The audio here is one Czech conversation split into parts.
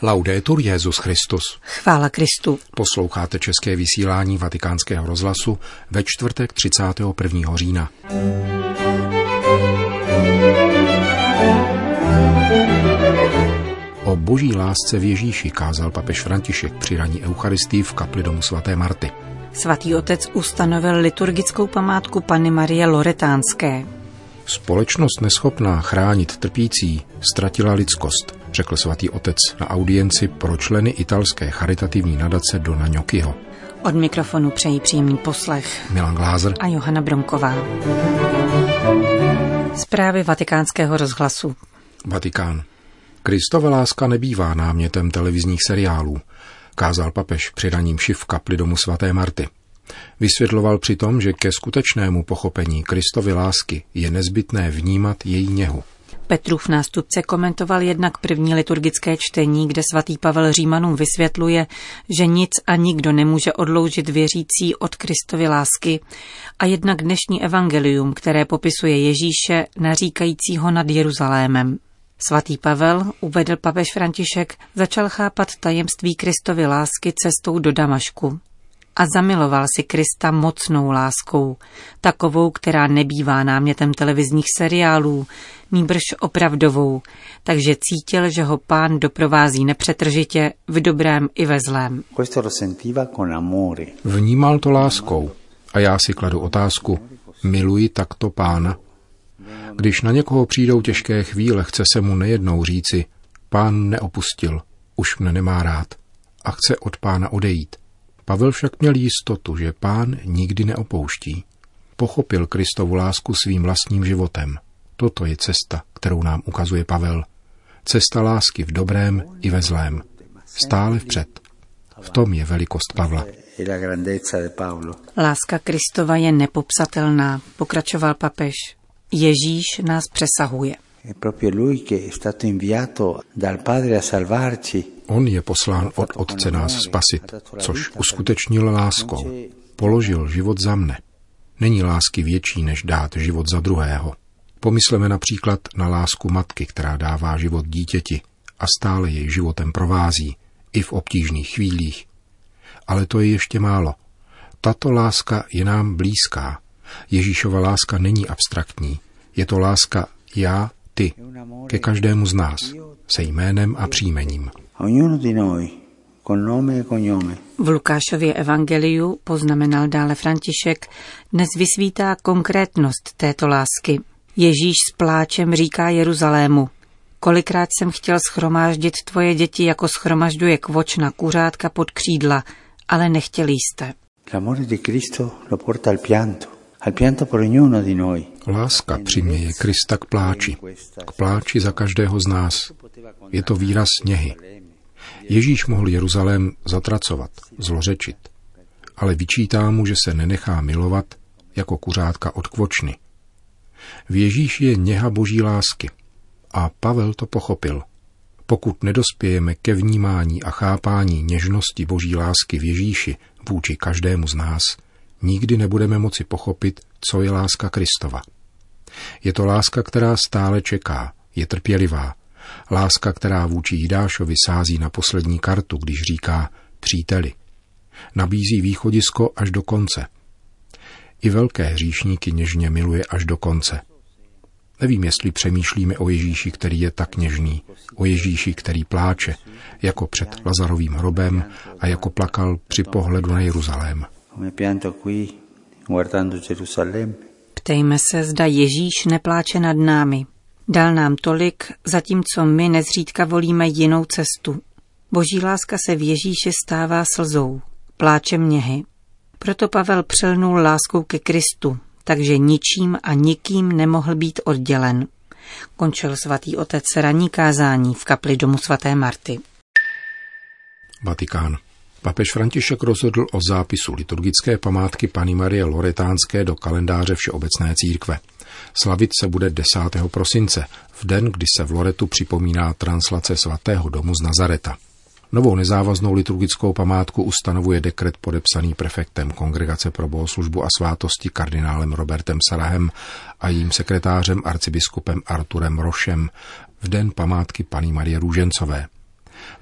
Laudetur Jesus Christus. Chvála Kristu. Posloucháte české vysílání Vatikánského rozhlasu ve čtvrtek 31. října. O boží lásce v Ježíši kázal papež František při ranní eucharistii v kapli domu svaté Marty. Svatý otec ustanovil liturgickou památku Panny Marie Loretánské. Společnost neschopná chránit trpící ztratila lidskost, řekl svatý otec na audienci pro členy italské charitativní nadace Dona Gnocchiho. Od mikrofonu přejí příjemný poslech Milan Glázer a Johana Bromková. Zprávy Vatikánského rozhlasu. Vatikán. Kristova láska nebývá námětem televizních seriálů, kázal papež při ranní mši v kapli domu svaté Marty. Vysvětloval přitom, že ke skutečnému pochopení Kristovy lásky je nezbytné vnímat její něhu. Petrův nástupce komentoval jednak první liturgické čtení, kde svatý Pavel Římanům vysvětluje, že nic a nikdo nemůže odloužit věřící od Kristovy lásky, a jednak dnešní evangelium, které popisuje Ježíše naříkajícího nad Jeruzalémem. Svatý Pavel, uvedl papež František, začal chápat tajemství Kristovy lásky cestou do Damašku. A zamiloval si Krista mocnou láskou, takovou, která nebývá námětem televizních seriálů, nýbrž opravdovou, takže cítil, že ho Pán doprovází nepřetržitě v dobrém i ve zlém. Vnímal to láskou a já si kladu otázku, miluji takto Pána? Když na někoho přijdou těžké chvíle, chce se mu nejednou říci, Pán neopustil, už mne nemá rád a chce od Pána odejít. Pavel však měl jistotu, že Pán nikdy neopouští. Pochopil Kristovu lásku svým vlastním životem. Toto je cesta, kterou nám ukazuje Pavel. Cesta lásky v dobrém i ve zlém. Stále vpřed. V tom je velikost Pavla. Láska Kristova je nepopsatelná, pokračoval papež. Ježíš nás přesahuje. On je poslán od Otce nás spasit, což uskutečnil láskou. Položil život za mne. Není lásky větší, než dát život za druhého. Pomysleme například na lásku matky, která dává život dítěti a stále jej životem provází, i v obtížných chvílích. Ale to je ještě málo. Tato láska je nám blízká. Ježíšova láska není abstraktní. Je to láska já, ty, ke každému z nás, se jménem a příjmením. V Lukášově evangeliu, poznamenal dále František, dnes vysvítá konkrétnost této lásky. Ježíš s pláčem říká Jeruzalému, kolikrát jsem chtěl shromáždit tvoje děti, jako shromažďuje kvočna kuřátka pod křídla, ale nechtěli jste. Láska přiměje Krista k pláči za každého z nás. Je to výraz sněhy. Ježíš mohl Jeruzalém zatracovat, zlořečit, ale vyčítá mu, že se nenechá milovat jako kuřátka od kvočny. V Ježíši je něha boží lásky a Pavel to pochopil. Pokud nedospějeme ke vnímání a chápání něžnosti boží lásky v Ježíši vůči každému z nás, nikdy nebudeme moci pochopit, co je láska Kristova. Je to láska, která stále čeká, je trpělivá. Láska, která vůči Jidášovi sází na poslední kartu, když říká příteli. Nabízí východisko až do konce. I velké hříšníky něžně miluje až do konce. Nevím, jestli přemýšlíme o Ježíši, který je tak něžný, o Ježíši, který pláče, jako před Lazarovým hrobem a jako plakal při pohledu na Jeruzalém. Ptejme se, zda Ježíš nepláče nad námi. Dal nám tolik, zatímco my nezřídka volíme jinou cestu. Boží láska se v Ježíši stává slzou, pláčem něhy. Proto Pavel přilnul láskou ke Kristu, takže ničím a nikým nemohl být oddělen. Končil svatý otec ranní kázání v kapli domu svaté Marty. Vatikán. Papež František rozhodl o zápisu liturgické památky Panny Marie Loretánské do kalendáře Všeobecné církve. Slavit se bude 10. prosince, v den, kdy se v Loretu připomíná translace svatého domu z Nazareta. Novou nezávaznou liturgickou památku ustanovuje dekret podepsaný prefektem Kongregace pro bohoslužbu a svátosti kardinálem Robertem Sarahem a jím sekretářem arcibiskupem Arturem Rošem v den památky Panny Marie Růžencové.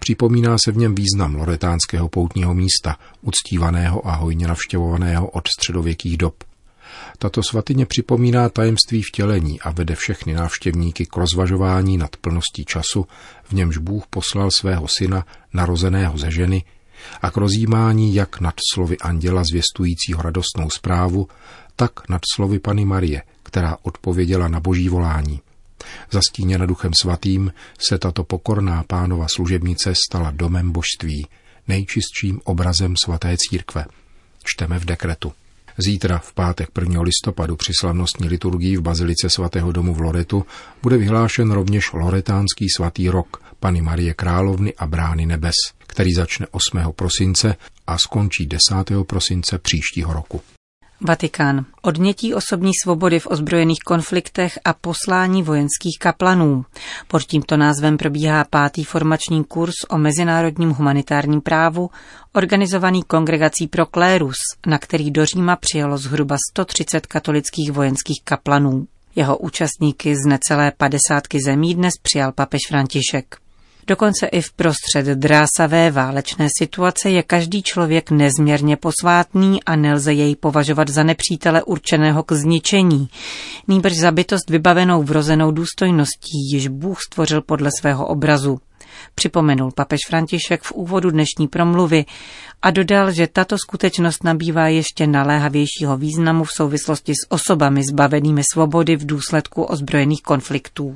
Připomíná se v něm význam loretánského poutního místa, uctívaného a hojně navštěvovaného od středověkých dob. Tato svatyně připomíná tajemství vtělení a vede všechny návštěvníky k rozvažování nad plností času, v němž Bůh poslal svého syna, narozeného ze ženy, a k rozjímání jak nad slovy anděla zvěstujícího radostnou zprávu, tak nad slovy Panny Marie, která odpověděla na boží volání. Zastíněna Duchem svatým se tato pokorná Pánova služebnice stala domem božství, nejčistším obrazem svaté církve. Čteme v dekretu. Zítra v pátek 1. listopadu při slavnostní liturgii v bazilice svatého domu v Loretu bude vyhlášen rovněž loretánský svatý rok Panny Marie Královny a Brány nebes, který začne 8. prosince a skončí 10. prosince příštího roku. Vatikán. Odnětí osobní svobody v ozbrojených konfliktech a poslání vojenských kaplanů. Pod tímto názvem probíhá 5. formační kurz o mezinárodním humanitárním právu, organizovaný Kongregací pro klérus, na který do Říma přijelo zhruba 130 katolických vojenských kaplanů. Jeho účastníky z necelé 50 zemí dnes přijal papež František. Dokonce i vprostřed drásavé válečné situace je každý člověk nezměrně posvátný a nelze jej považovat za nepřítele určeného k zničení, nýbrž za bytost vybavenou vrozenou důstojností, již Bůh stvořil podle svého obrazu. Připomenul papež František v úvodu dnešní promluvy a dodal, že tato skutečnost nabývá ještě naléhavějšího významu v souvislosti s osobami zbavenými svobody v důsledku ozbrojených konfliktů.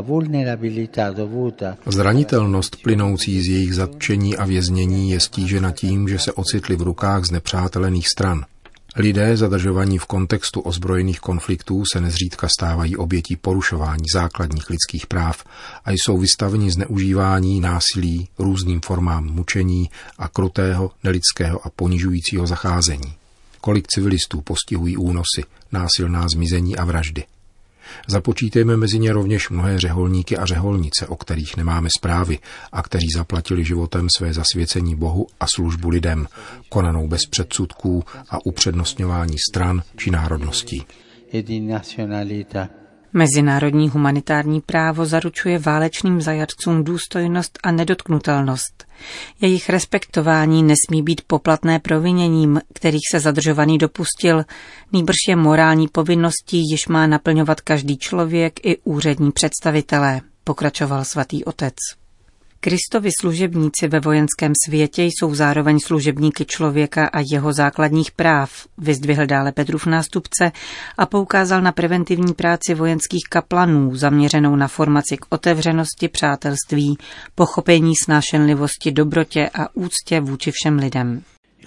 Zranitelnost plynoucí z jejich zatčení a věznění je stížena tím, že se ocitli v rukách znepřátelených stran. Lidé zadržovaní v kontextu ozbrojených konfliktů se nezřídka stávají obětí porušování základních lidských práv a jsou vystaveni zneužívání, násilí, různým formám mučení a krutého, nelidského a ponižujícího zacházení. Kolik civilistů postihují únosy, násilná zmizení a vraždy. Započítejme mezi ně rovněž mnohé řeholníky a řeholnice, o kterých nemáme zprávy a kteří zaplatili životem své zasvěcení Bohu a službu lidem, konanou bez předsudků a upřednostňování stran či národností. Mezinárodní humanitární právo zaručuje válečným zajatcům důstojnost a nedotknutelnost. Jejich respektování nesmí být poplatné proviněním, kterých se zadržovaný dopustil, nýbrž je morální povinností, již má naplňovat každý člověk i úřední představitelé, pokračoval svatý otec. Kristovi služebníci ve vojenském světě jsou zároveň služebníky člověka a jeho základních práv, vyzdvihl dále Petrův nástupce a poukázal na preventivní práci vojenských kaplanů, zaměřenou na formaci k otevřenosti, přátelství, pochopení, snášenlivosti, dobrotě a úctě vůči všem lidem.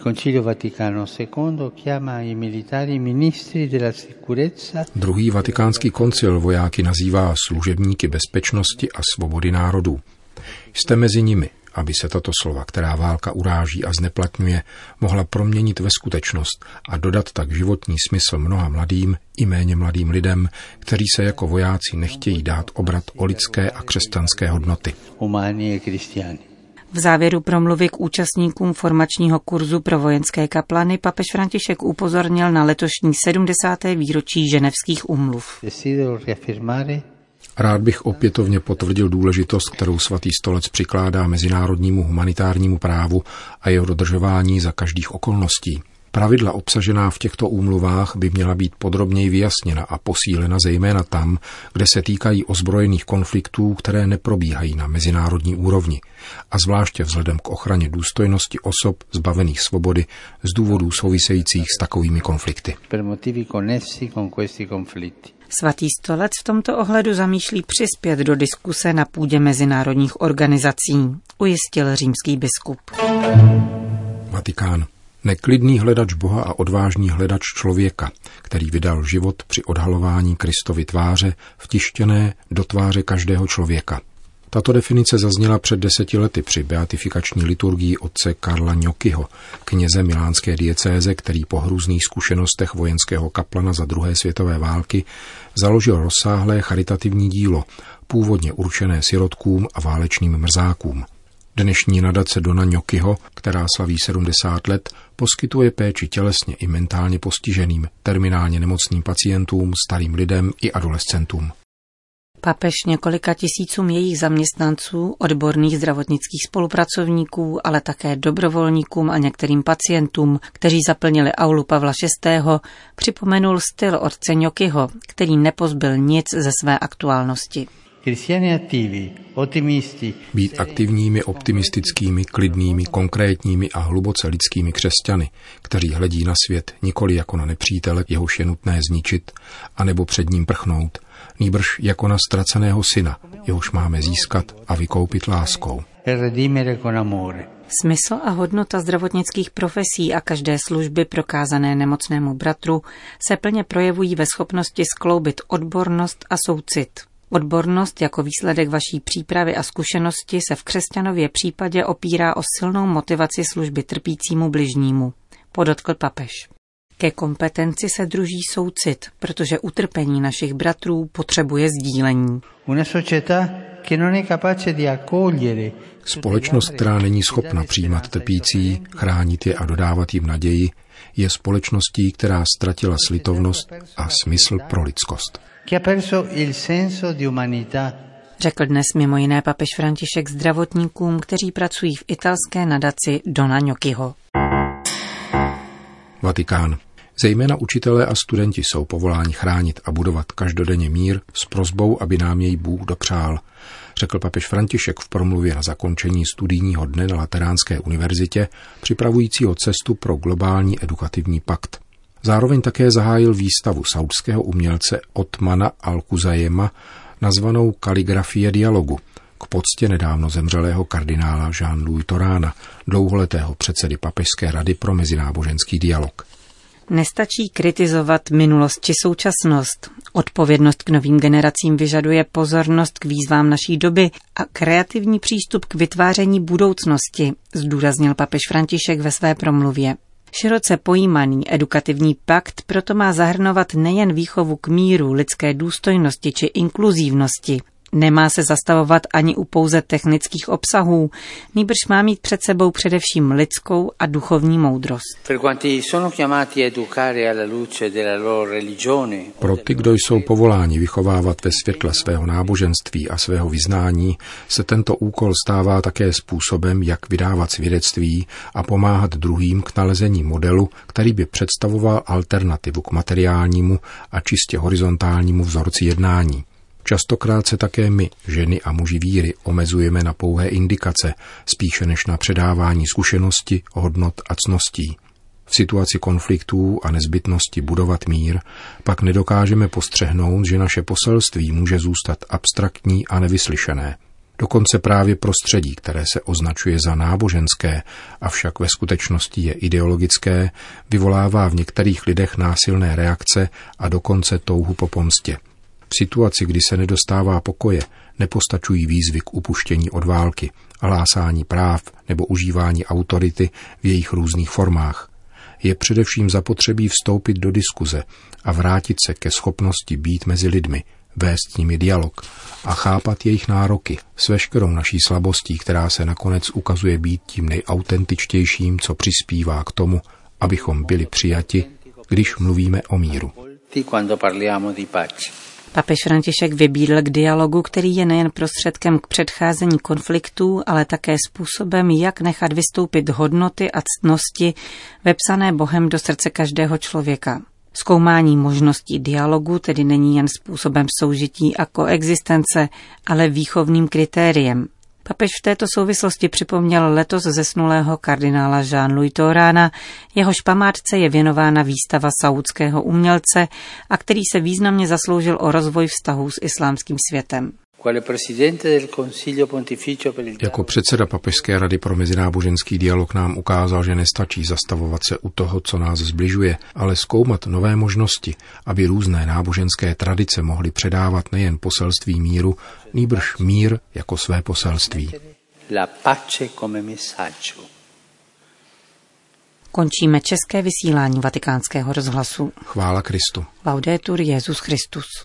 Druhý vatikánský koncil vojáky nazývá služebníky bezpečnosti a svobody národů. Jste mezi nimi, aby se tato slova, která válka uráží a zneplatňuje, mohla proměnit ve skutečnost a dodat tak životní smysl mnoha mladým i méně mladým lidem, kteří se jako vojáci nechtějí dát obrat o lidské a křesťanské hodnoty. V závěru promluvy k účastníkům formačního kurzu pro vojenské kaplany papež František upozornil na letošní 70. výročí ženevských úmluv. Rád bych opětovně potvrdil důležitost, kterou svatý stolec přikládá mezinárodnímu humanitárnímu právu a jeho dodržování za každých okolností. Pravidla obsažená v těchto úmluvách by měla být podrobněji vyjasněna a posílena zejména tam, kde se týkají ozbrojených konfliktů, které neprobíhají na mezinárodní úrovni, a zvláště vzhledem k ochraně důstojnosti osob zbavených svobody z důvodů souvisejících s takovými konflikty. Svatý stolec v tomto ohledu zamýšlí přispět do diskuse na půdě mezinárodních organizací, ujistil římský biskup. Vatikán. Neklidný hledač Boha a odvážný hledač člověka, který vydal život při odhalování Kristovy tváře, vtištěné do tváře každého člověka. Tato definice zazněla před 10 lety při beatifikační liturgii otce Karla Gnocchiho, kněze milánské diecéze, který po hrůzných zkušenostech vojenského kaplana za druhé světové války založil rozsáhlé charitativní dílo, původně určené sirotkům a válečným mrzákům. Dnešní nadace Dona Gnocchiho, která slaví 70 let, poskytuje péči tělesně i mentálně postiženým, terminálně nemocným pacientům, starým lidem i adolescentům. Papež několika tisícům jejich zaměstnanců, odborných zdravotnických spolupracovníků, ale také dobrovolníkům a některým pacientům, kteří zaplnili aulu Pavla VI., připomenul styl otce Gnocchiho, který nepozbyl nic ze své aktuálnosti. Být aktivními, optimistickými, klidnými, konkrétními a hluboce lidskými křesťany, kteří hledí na svět nikoli jako na nepřítele, jehož je nutné zničit, anebo před ním prchnout, nýbrž jako na ztraceného syna, jehož máme získat a vykoupit láskou. Smysl a hodnota zdravotnických profesí a každé služby prokázané nemocnému bratru se plně projevují ve schopnosti skloubit odbornost a soucit. Odbornost jako výsledek vaší přípravy a zkušenosti se v křesťanově případě opírá o silnou motivaci služby trpícímu bližnímu, podotkl papež. Ke kompetenci se druží soucit, protože utrpení našich bratrů potřebuje sdílení. Společnost, která není schopna přijímat trpící, chránit je a dodávat jim naději, je společností, která ztratila slitovnost a smysl pro lidskost. Řekl dnes mimo jiné papež František zdravotníkům, kteří pracují v italské nadaci Dona Gnocchiho. Vatikán. Zejména učitelé a studenti jsou povoláni chránit a budovat každodenně mír s prosbou, aby nám jej Bůh dopřál, řekl papež František v promluvě na zakončení studijního dne na Lateránské univerzitě, připravujícího cestu pro globální edukativní pakt. Zároveň také zahájil výstavu saudského umělce Othmana Al-Kuzajema nazvanou Kaligrafie dialogu k poctě nedávno zemřelého kardinála Jean-Louis Torána, dlouholetého předsedy Papežské rady pro mezináboženský dialog. Nestačí kritizovat minulost či současnost. Odpovědnost k novým generacím vyžaduje pozornost k výzvám naší doby a kreativní přístup k vytváření budoucnosti, zdůraznil papež František ve své promluvě. Široce pojímaný edukativní pakt proto má zahrnovat nejen výchovu k míru, lidské důstojnosti či inkluzívnosti. Nemá se zastavovat ani u pouze technických obsahů, nýbrž má mít před sebou především lidskou a duchovní moudrost. Pro ty, kdo jsou povoláni vychovávat ve světle svého náboženství a svého vyznání, se tento úkol stává také způsobem, jak vydávat svědectví a pomáhat druhým k nalezení modelu, který by představoval alternativu k materiálnímu a čistě horizontálnímu vzorci jednání. Častokrát se také my, ženy a muži víry, omezujeme na pouhé indikace, spíše než na předávání zkušenosti, hodnot a cností. V situaci konfliktů a nezbytnosti budovat mír pak nedokážeme postřehnout, že naše poselství může zůstat abstraktní a nevyslyšené. Dokonce právě prostředí, které se označuje za náboženské, avšak ve skutečnosti je ideologické, vyvolává v některých lidech násilné reakce a dokonce touhu po pomstě. V situaci, kdy se nedostává pokoje, nepostačují výzvy k upuštění od války, hlásání práv nebo užívání autority v jejich různých formách. Je především zapotřebí vstoupit do diskuze a vrátit se ke schopnosti být mezi lidmi, vést s nimi dialog a chápat jejich nároky s veškerou naší slabostí, která se nakonec ukazuje být tím nejautentičtějším, co přispívá k tomu, abychom byli přijati, když mluvíme o míru. Papež František vybídl k dialogu, který je nejen prostředkem k předcházení konfliktů, ale také způsobem, jak nechat vystoupit hodnoty a ctnosti vepsané Bohem do srdce každého člověka. Zkoumání možností dialogu tedy není jen způsobem soužití a koexistence, ale výchovným kritériem. Papež v této souvislosti připomněl letos zesnulého kardinála Jean-Louis Torána, jehož památce je věnována výstava saúdského umělce a který se významně zasloužil o rozvoj vztahů s islámským světem. Jako předseda Papežské rady pro mezináboženský dialog nám ukázal, že nestačí zastavovat se u toho, co nás zbližuje, ale zkoumat nové možnosti, aby různé náboženské tradice mohly předávat nejen poselství míru, nýbrž mír jako své poselství. Končíme české vysílání Vatikánského rozhlasu. Chvála Kristu. Laudetur Jesus Christus.